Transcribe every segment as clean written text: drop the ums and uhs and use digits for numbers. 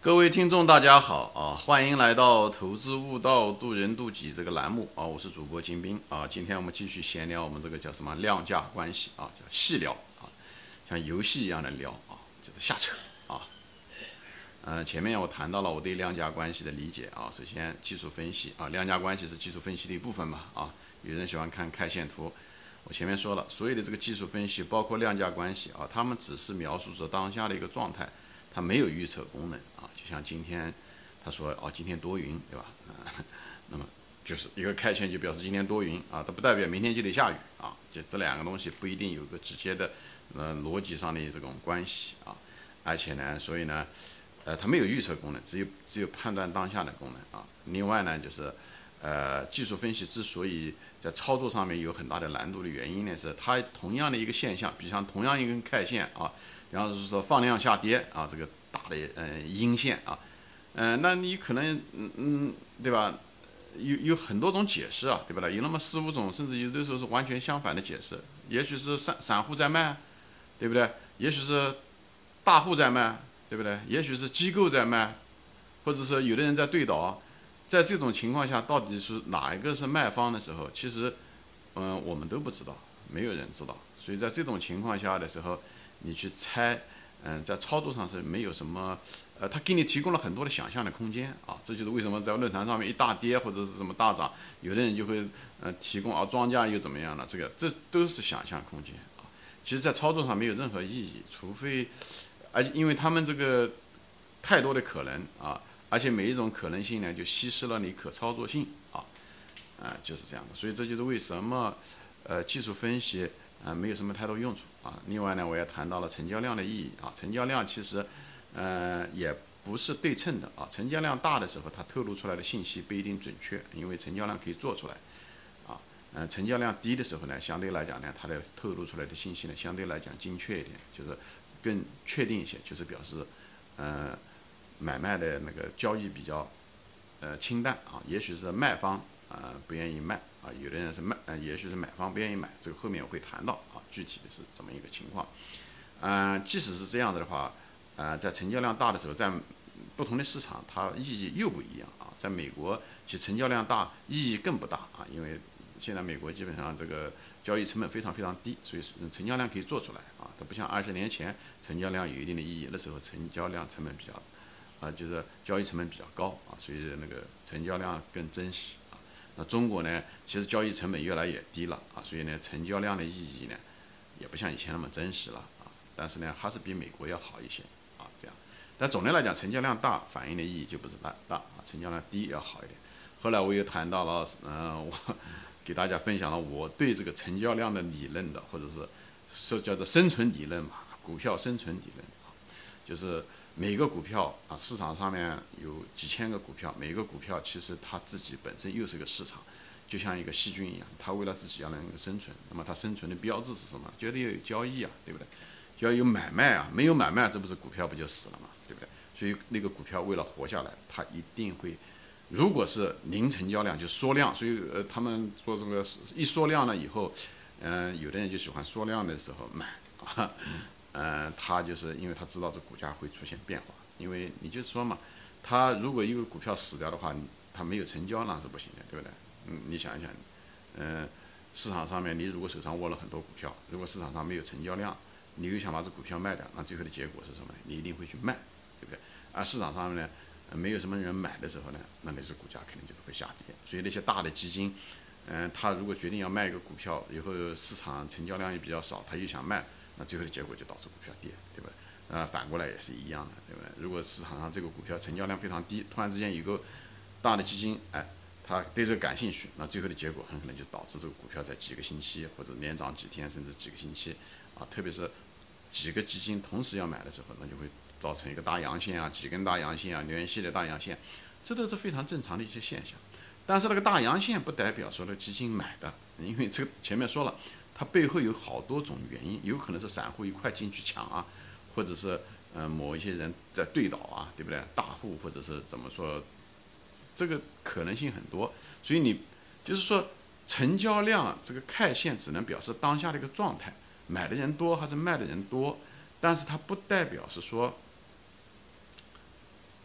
各位听众，大家好啊！欢迎来到投资悟道渡人渡己这个栏目啊！我是主播金兵啊！今天我们继续闲聊我们这个叫什么量价关系啊，叫细聊啊，像游戏一样的聊啊，就是瞎扯啊。前面我谈到了我对量价关系的理解啊，首先技术分析啊，量价关系是技术分析的一部分嘛啊。有人喜欢看 K 线图，我前面说了，所有的这个技术分析，包括量价关系啊，他们只是描述着当下的一个状态。它没有预测功能啊，就像今天他说今天多云，对吧？那么就是一个K线就表示今天多云啊，它不代表明天就得下雨啊，就这两个东西不一定有个直接的逻辑上的这种关系啊，而且呢，所以呢，它没有预测功能，只有判断当下的功能啊。另外呢，就是技术分析之所以在操作上面有很大的难度的原因呢，是它同样的一个现象，比如像同样一根K线啊。然后是说放量下跌啊，这个大的阴线啊，那你可能对吧？有很多种解释啊，对不对？有那么四五种，甚至有的时候是完全相反的解释。也许是散户在卖，对不对？也许是大户在卖，对不对？也许是机构在卖，或者是有的人在对倒。在这种情况下，到底是哪一个是卖方的时候，其实我们都不知道，没有人知道。所以在这种情况下的时候，你去猜，在操作上是没有什么，他给你提供了很多的想象的空间啊，这就是为什么在论坛上面一大跌或者是什么大涨，有的人就会提供庄家又怎么样了，这都是想象空间啊，其实在操作上没有任何意义，除非，因为他们这个太多的可能啊，而且每一种可能性呢就稀释了你可操作性啊，就是这样的，所以这就是为什么技术分析没有什么太多用处啊。另外呢，我也谈到了成交量的意义啊。成交量其实也不是对称的啊。成交量大的时候，它透露出来的信息不一定准确，因为成交量可以做出来啊。成交量低的时候呢，相对来讲呢，它的透露出来的信息呢，相对来讲精确一点，就是更确定一些，就是表示买卖的那个交易比较清淡啊。也许是卖方不愿意卖啊，有的人是也许是买方不愿意买，这个后面我会谈到啊，具体的是怎么一个情况。即使是这样的话，在成交量大的时候，在不同的市场它意义又不一样啊。在美国，其实成交量大意义更不大啊，因为现在美国基本上这个交易成本非常非常低，所以成交量可以做出来啊。它不像20年前成交量有一定的意义，那时候成交量成本比较就是交易成本比较高啊，所以那个成交量更珍惜。那中国呢，其实交易成本越来越低了啊，所以呢，成交量的意义呢，也不像以前那么真实了啊。但是呢，还是比美国要好一些啊，这样。但总的来讲，成交量大反映的意义就不是大啊，成交量低要好一点。后来我又谈到了，我给大家分享了我对这个成交量的理论的，或者是叫做生存理论嘛，股票生存理论。就是每个股票啊，市场上面有几千个股票，每个股票其实它自己本身又是个市场，就像一个细菌一样，它为了自己要能够生存，那么它生存的标志是什么？绝对要有交易啊，对不对？就要有买卖啊，没有买卖，这不是股票不就死了嘛，对不对？所以那个股票为了活下来，它一定会，如果是零成交量就缩量，所以他们说这个一缩量了以后，有的人就喜欢缩量的时候买啊。他就是因为他知道这股价会出现变化，因为你就说嘛，他如果一个股票死掉的话，他没有成交那是不行的，对不对？你想一想，市场上面你如果手上握了很多股票，如果市场上没有成交量，你又想把这股票卖掉，那最后的结果是什么？你一定会去卖，对不对？而市场上面呢，没有什么人买的时候呢，那你这股价肯定就是会下跌。所以那些大的基金，他如果决定要卖一个股票，以后市场成交量也比较少，他又想卖。那最后的结果就导致股票跌，对吧？反过来也是一样的，对不对？如果市场上这个股票成交量非常低，突然之间有个大的基金，它对这个感兴趣，那最后的结果很可能就导致这个股票在几个星期或者连涨几天，甚至几个星期，特别是几个基金同时要买的时候，那就会造成一个大阳线啊，几根大阳线啊，连续的大阳线，这都是非常正常的一些现象。但是那个大阳线不代表说那基金买的，因为这个前面说了。它背后有好多种原因，有可能是散户一块进去抢啊，或者是某一些人在对倒啊，对不对？大户或者是怎么说，这个可能性很多。所以你就是说，成交量这个 K 线只能表示当下的一个状态，买的人多还是卖的人多，但是它不代表是说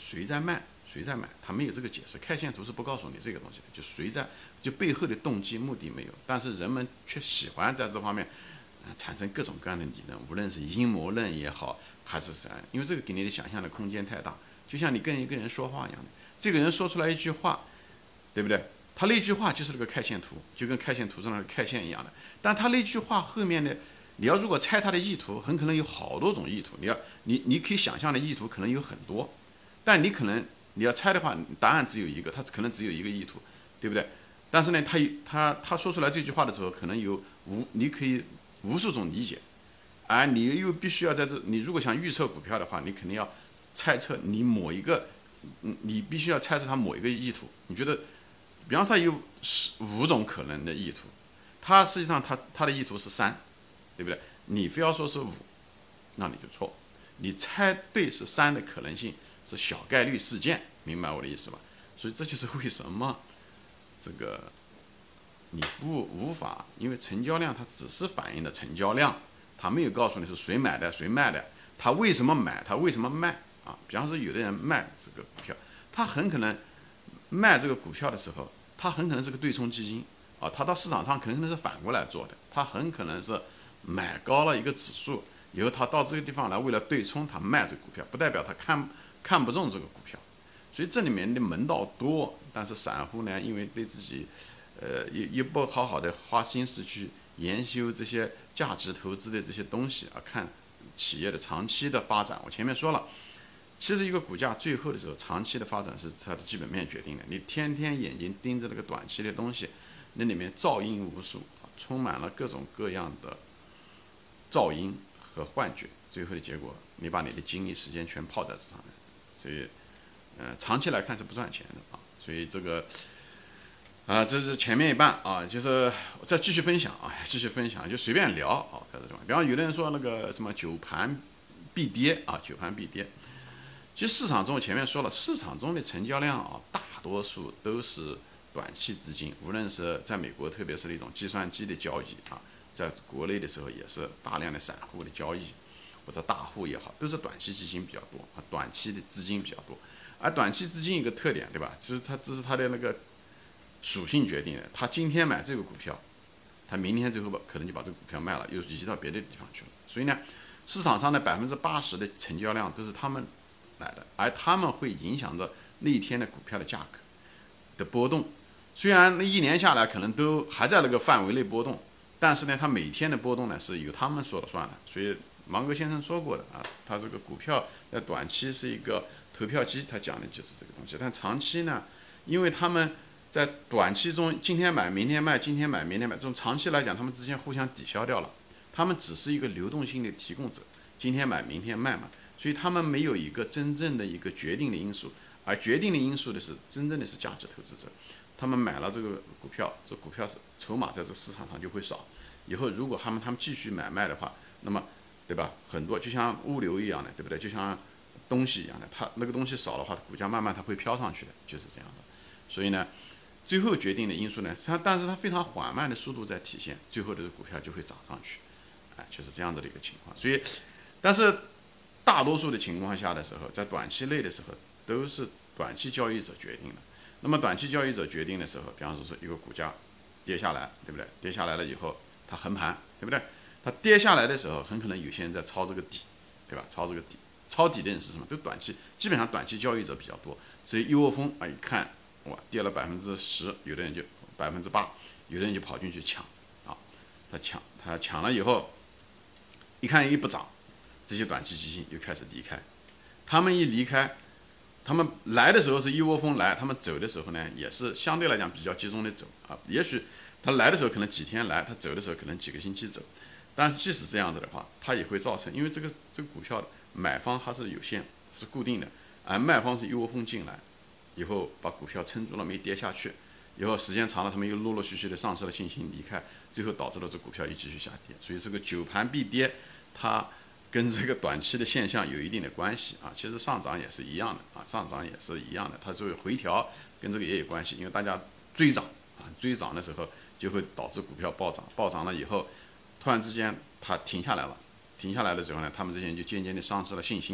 谁在卖，谁在买，他没有这个解释。K 线图是不告诉你这个东西的，就谁在，就背后的动机目的没有，但是人们却喜欢在这方面，产生各种各样的理论，无论是阴谋论也好，还是啥，因为这个给你的想象的空间太大，就像你跟一个人说话一样的，这个人说出来一句话，对不对？他那句话就是那个 K 线图，就跟 K 线图上的 K 线一样的，但他那句话后面的。你要如果猜他的意图，很可能有好多种意图。你可以想象的意图可能有很多，但你要猜的话，答案只有一个，他可能只有一个意图，对不对？但是呢，他说出来这句话的时候，可能你可以无数种理解，而你又必须要在这，你如果想预测股票的话，你肯定要猜测你某一个，你必须要猜测他某一个意图。你觉得，比方说他有5种可能的意图，他实际上他的意图是3。对不对？你非要说是5，那你就错。你猜对是3的可能性是小概率事件，明白我的意思吧？所以这就是为什么这个你无法，因为成交量它只是反映的成交量，它没有告诉你是谁买的谁卖的，他为什么买，他为什么卖啊？比方说有的人卖这个股票，他很可能卖这个股票的时候，他很可能是个对冲基金啊，他到市场上可能是反过来做的，他很可能是。买高了一个指数以后，他到这个地方来，为了对冲，他卖这个股票，不代表他看不中这个股票。所以这里面的门道多，但是散户呢，因为对自己，也不好好的花心思去研究这些价值投资的这些东西啊，看企业的长期的发展。我前面说了，其实一个股价最后的时候，长期的发展是它的基本面决定的。你天天眼睛盯着那个短期的东西，那里面噪音无数，充满了各种各样的。噪音和幻觉，最后的结果，你把你的精力、时间全泡在这上面，所以，长期来看是不赚钱的啊。所以这个，这是前面一半啊，就是再继续分享啊，继续分享，就随便聊啊，在这种，比方有的人说那个什么久盘必跌啊，久盘必跌。其实市场中我前面说了，市场中的成交量啊，大多数都是短期资金，无论是在美国，特别是那种计算机的交易啊。在国内的时候也是大量的散户的交易，或者大户也好，都是短期基金比较多啊，短期的资金比较多。而短期资金一个特点，对吧？就是这是它的那个属性决定的。他今天买这个股票，他明天最后可能就把这个股票卖了，又移到别的地方去了。所以呢，市场上的80%的成交量都是他们来的，而他们会影响着那一天的股票的价格的波动。虽然那1年下来可能都还在那个范围内波动。但是呢，它每天的波动呢是由他们说了算的，所以芒格先生说过的啊，他这个股票在短期是一个投票机，他讲的就是这个东西。但长期呢，因为他们在短期中今天买明天卖，今天买明天卖，这种长期来讲，他们之间互相抵消掉了，他们只是一个流动性的提供者，今天买明天卖嘛，所以他们没有一个真正的一个决定的因素，而决定的因素的是真正的是价值投资者。他们买了这个股票，这股票是筹码在这市场上就会少。以后如果他们继续买卖的话，那么，对吧？很多就像物流一样的，对不对？就像东西一样的，它那个东西少的话，股价慢慢它会飘上去的，就是这样的。所以呢，最后决定的因素呢，但是它非常缓慢的速度在体现，最后的股票就会涨上去，就是这样子的一个情况。所以，但是大多数的情况下的时候，在短期内的时候，都是短期交易者决定的。那么短期交易者决定的时候，比方说是一个股价跌下来，对不对？跌下来了以后，它横盘，对不对？它跌下来的时候，很可能有些人在抄这个底，对吧？抄这个底，抄底的人是什么？都短期，基本上短期交易者比较多，所以一窝蜂啊，一看哇，跌了10%，有的人就8%，有的人就跑进去抢啊，他抢了以后，一看一不涨，这些短期基金又开始离开，他们一离开。他们来的时候是一窝蜂来，他们走的时候呢，也是相对来讲比较集中的走啊。也许他来的时候可能几天来，他走的时候可能几个星期走。但即使这样子的话，它也会造成，因为这个股票买方它是有限，是固定的，而卖方是一窝蜂进来，以后把股票撑住了没跌下去，以后时间长了，他们又陆陆续续的丧失了信心离开，最后导致了这股票又继续下跌。所以这个久盘必跌，它跟这个短期的现象有一定的关系啊，其实上涨也是一样的啊，上涨也是一样的，它作为回调跟这个也有关系，因为大家追涨啊，追涨的时候就会导致股票暴涨，暴涨了以后，突然之间它停下来了，停下来的时候呢，他们这些人就渐渐的丧失了信心，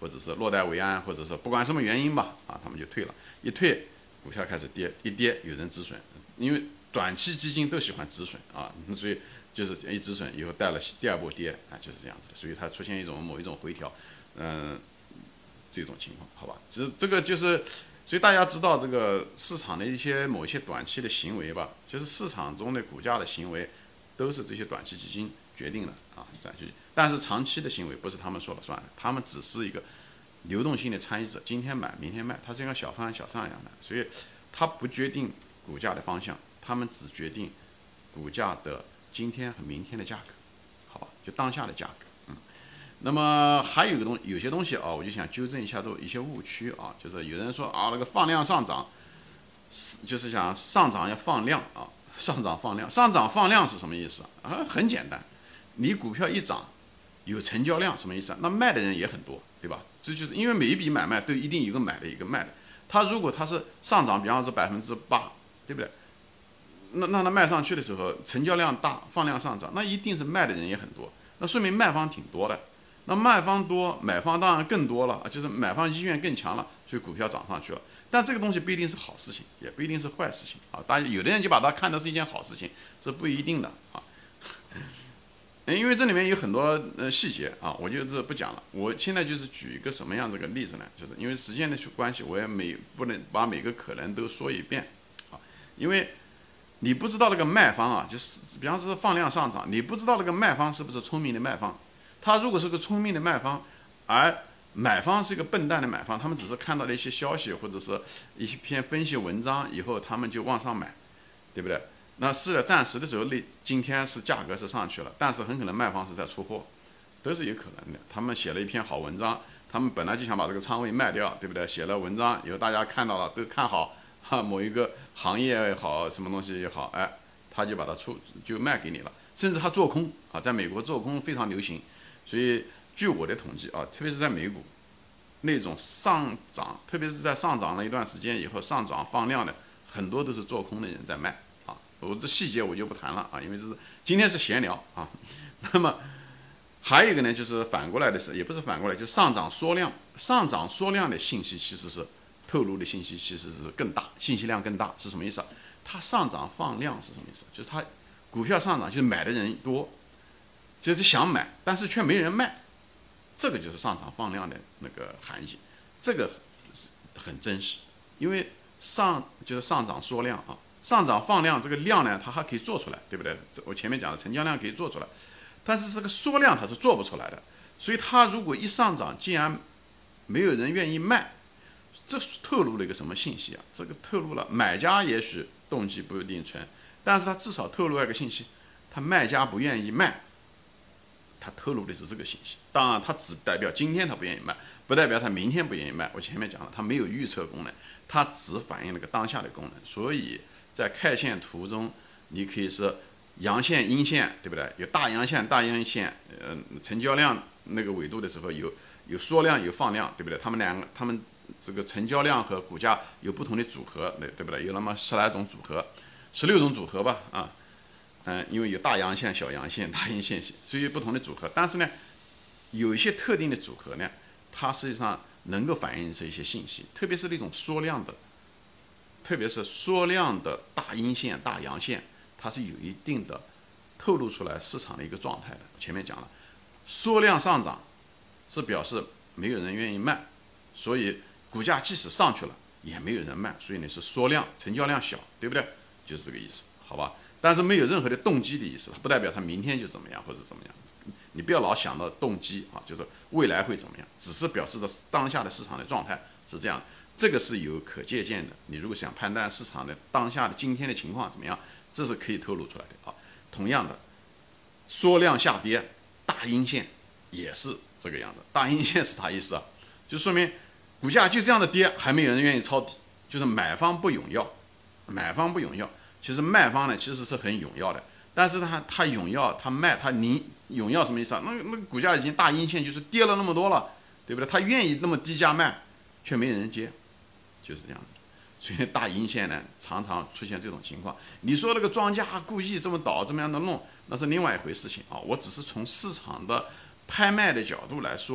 或者是落袋为安，或者是不管什么原因吧，他们就退了，一退股票开始跌，一跌有人止损，因为短期基金都喜欢止损所以就是一止损以后带了第二波跌就是这样子的，所以它出现某一种回调，这种情况，好吧，其实这个就是。所以大家知道这个市场的某些短期的行为吧，就是市场中的股价的行为，都是这些短期基金决定的短期，但是长期的行为不是他们说了算的，他们只是一个流动性的参与者，今天买明天卖，它是像小贩小商一样的，所以它不决定股价的方向，他们只决定股价的今天和明天的价格，好吧，就当下的价格。那么还有有些东西我就想纠正一下，都一些误区就是有人说那个放量上涨，就是想上涨要放量上涨放量，上涨放量是什么意思很简单，你股票一涨，有成交量什么意思那卖的人也很多，对吧？这就是因为每一笔买卖都一定有一个买的一个卖的，它如果它是上涨，比方说8%，对不对？那它卖上去的时候，成交量大，放量上涨，那一定是卖的人也很多，那说明卖方挺多的。那卖方多，买方当然更多了就是买方意愿更强了，所以股票涨上去了。但这个东西不一定是好事情，也不一定是坏事情大家有的人就把它看的是一件好事情，这不一定的因为这里面有很多细节我就不讲了。我现在就是举一个什么样这个例子呢？就是因为时间的关系，我也不能把每个可能都说一遍因为你不知道那个卖方就是比方说放量上涨，你不知道那个卖方是不是聪明的卖方。他如果是个聪明的卖方，而买方是一个笨蛋的买方，他们只是看到了一些消息或者是一篇分析文章以后，他们就往上买，对不对？那是暂时的时候，今天是价格是上去了，但是很可能卖方是在出货，都是有可能的。他们写了一篇好文章，他们本来就想把这个仓位卖掉，对不对？写了文章以后，大家看到了都看好某一个行业也好，什么东西也好，他就把它就卖给你了，甚至他做空在美国做空非常流行。所以，据我的统计特别是在美股，那种上涨，特别是在上涨了一段时间以后上涨放量的，很多都是做空的人在卖我这细节我就不谈了因为这是今天是闲聊那么还有一个呢，就是反过来的是，也不是反过来，就是上涨缩量，上涨缩量的信息其实是透露的信息其实是更大，信息量更大是什么意思它上涨放量是什么意思？就是它股票上涨，就是买的人多。就是想买，但是却没人卖，这个就是上涨放量的那个含义，这个很真实，因为就是上涨缩量上涨放量这个量呢，它还可以做出来，对不对？我前面讲的成交量可以做出来，但是这个缩量它是做不出来的，所以它如果一上涨，竟然没有人愿意卖，这透露了一个什么信息这个透露了买家也许动机不一定纯，但是它至少透露了一个信息，他卖家不愿意卖。他透露的是这个信息，当然，它只代表今天他不愿意卖，不代表他明天不愿意卖。我前面讲了，它没有预测功能，它只反映了个当下的功能。所以在 K 线图中，你可以是阳线、阴线，对不对？有大阳线、大阴线，成交量那个纬度的时候有缩量、有放量，对不对？他们这个成交量和股价有不同的组合，对不对？有那么10来种组合，16种组合吧，因为有大阳线、小阳线、大阴线，所以不同的组合。但是呢，有一些特定的组合呢，它实际上能够反映出一些信息，特别是那种缩量的，特别是缩量的大阴线、大阳线，它是有一定的透露出来市场的一个状态的。前面讲了，缩量上涨是表示没有人愿意卖，所以股价即使上去了也没有人卖，所以呢是缩量，成交量小，对不对？就是这个意思，好吧？但是没有任何的动机的意思，它不代表它明天就怎么样或者怎么样。你不要老想到动机就是未来会怎么样，只是表示的当下的市场的状态是这样。这个是有可借鉴的。你如果想判断市场的当下的今天的情况怎么样，这是可以透露出来的同样的，缩量下跌，大阴线也是这个样的。大阴线是啥意思就说明股价就这样的跌，还没有人愿意抄底，就是买方不踊跃，买方不踊跃。其实卖方呢，其实是很踊跃的，但是他踊跃，他卖，你踊跃什么意思那股价已经大阴线，就是跌了那么多了，对不对？他愿意那么低价卖，却没人接，就是这样子。所以大阴线呢，常常出现这种情况。你说那个庄家故意这么倒，这么样的弄，那是另外一回事情我只是从市场的拍卖的角度来说，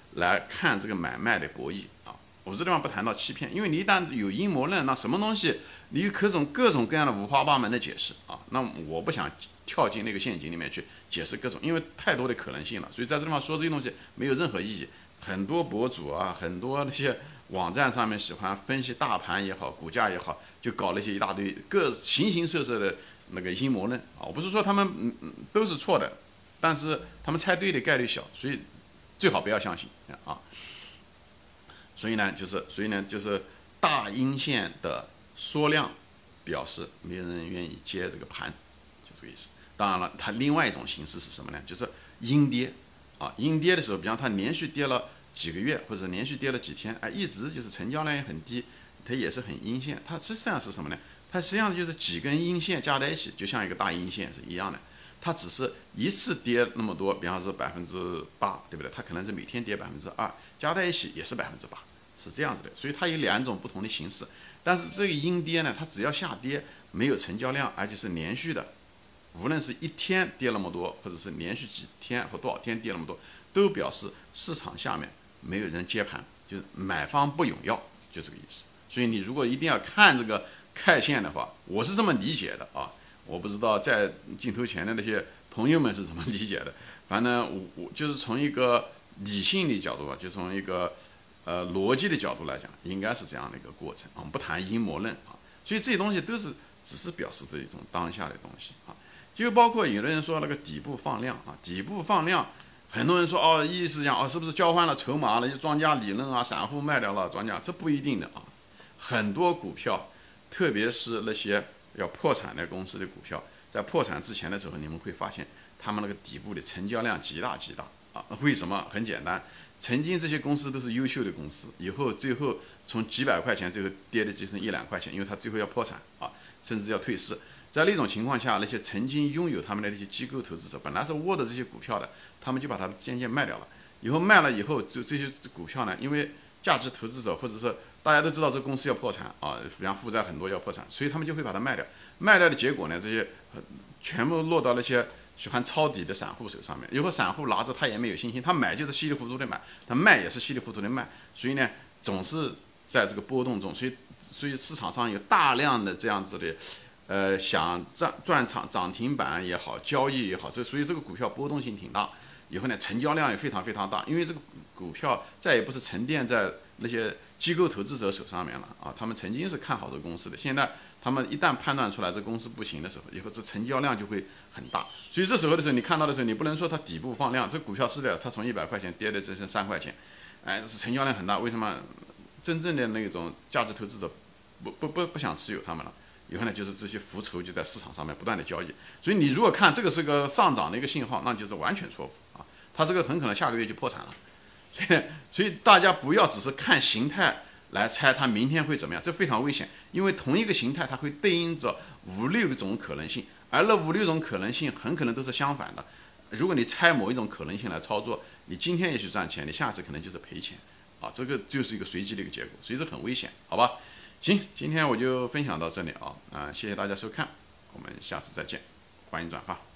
来看这个买卖的博弈啊。我这地方不谈到欺骗，因为你一旦有阴谋论，那什么东西你有各种各样的五花八门的解释啊。那我不想跳进那个陷阱里面去解释各种，因为太多的可能性了，所以在这地方说这些东西没有任何意义。很多博主啊，很多那些网站上面喜欢分析大盘也好，股价也好，就搞那些一大堆形形色色的那个阴谋论啊。我不是说他们都是错的，但是他们猜对的概率小，所以最好不要相信啊。所以呢，就是大阴线的缩量表示没有人愿意接这个盘，就这个意思。当然了，它另外一种形式是什么呢？就是阴跌啊，阴跌的时候，比方它连续跌了几个月，或者连续跌了几天，一直就是成交量也很低，它也是很阴线。它实际上是什么呢？它实际上就是几根阴线加在一起，就像一个大阴线是一样的。它只是一次跌那么多，比方说8%，对不对？它可能是每天跌2%，加在一起也是8%，是这样子的。所以它有两种不同的形式。但是这个阴跌呢，它只要下跌没有成交量，而且是连续的，无论是一天跌那么多，或者是连续几天或多少天跌那么多，都表示市场下面没有人接盘，就是买方不踊跃，就这个意思。所以你如果一定要看这个 K 线的话，我是这么理解的啊。我不知道在镜头前的那些朋友们是怎么理解的。反正我就是从一个理性的角度啊，就从一个逻辑的角度来讲，应该是这样的一个过程。我们不谈阴谋论啊，所以这些东西都是只是表示这一种当下的东西啊。就包括有的人说那个底部放量啊，底部放量，很多人说哦，意思讲哦，是不是交换了筹码了？就庄家理论啊，散户卖掉了庄家，这不一定的啊。很多股票，特别是那些要破产的公司的股票，在破产之前的时候，你们会发现他们那个底部的成交量极大啊。为什么？很简单，曾经这些公司都是优秀的公司，以后最后从几百块钱最后跌的只剩1-2块钱，因为它最后要破产啊，甚至要退市。在那种情况下，那些曾经拥有他们的那些机构投资者，本来是握着这些股票的，他们就把它渐渐卖掉了。以后卖了以后，就这些股票呢，因为价值投资者或者是大家都知道这公司要破产啊，比方负债很多要破产，所以他们就会把它卖掉。卖掉的结果呢，这些全部落到那些喜欢抄底的散户手上面。以后散户拿着他也没有信心，他买就是稀里糊涂的买，他卖也是稀里糊涂的卖，所以呢，总是在这个波动中，所以市场上有大量的这样子的。想赚涨停板也好，交易也好，所以这个股票波动性挺大。以后呢，成交量也非常非常大，因为这个股票再也不是沉淀在那些机构投资者手上面了啊。他们曾经是看好这个公司的，现在他们一旦判断出来这公司不行的时候，以后这成交量就会很大。所以这时候的时候，你看到的时候，你不能说它底部放量，这股票是的，它从100块钱跌的只剩3块钱，是成交量很大。为什么？真正的那种价值投资者不想持有他们了。以后呢，就是这些浮筹就在市场上面不断的交易，所以你如果看这个是个上涨的一个信号，那就是完全错误啊，它这个很可能下个月就破产了。所以大家不要只是看形态来猜它明天会怎么样，这非常危险，因为同一个形态它会对应着5-6种可能性，而那5-6种可能性很可能都是相反的。如果你猜某一种可能性来操作，你今天也许赚钱，你下次可能就是赔钱啊，这个就是一个随机的一个结果，所以这很危险，好吧？行，今天我就分享到这里啊，谢谢大家收看，我们下次再见，欢迎转发。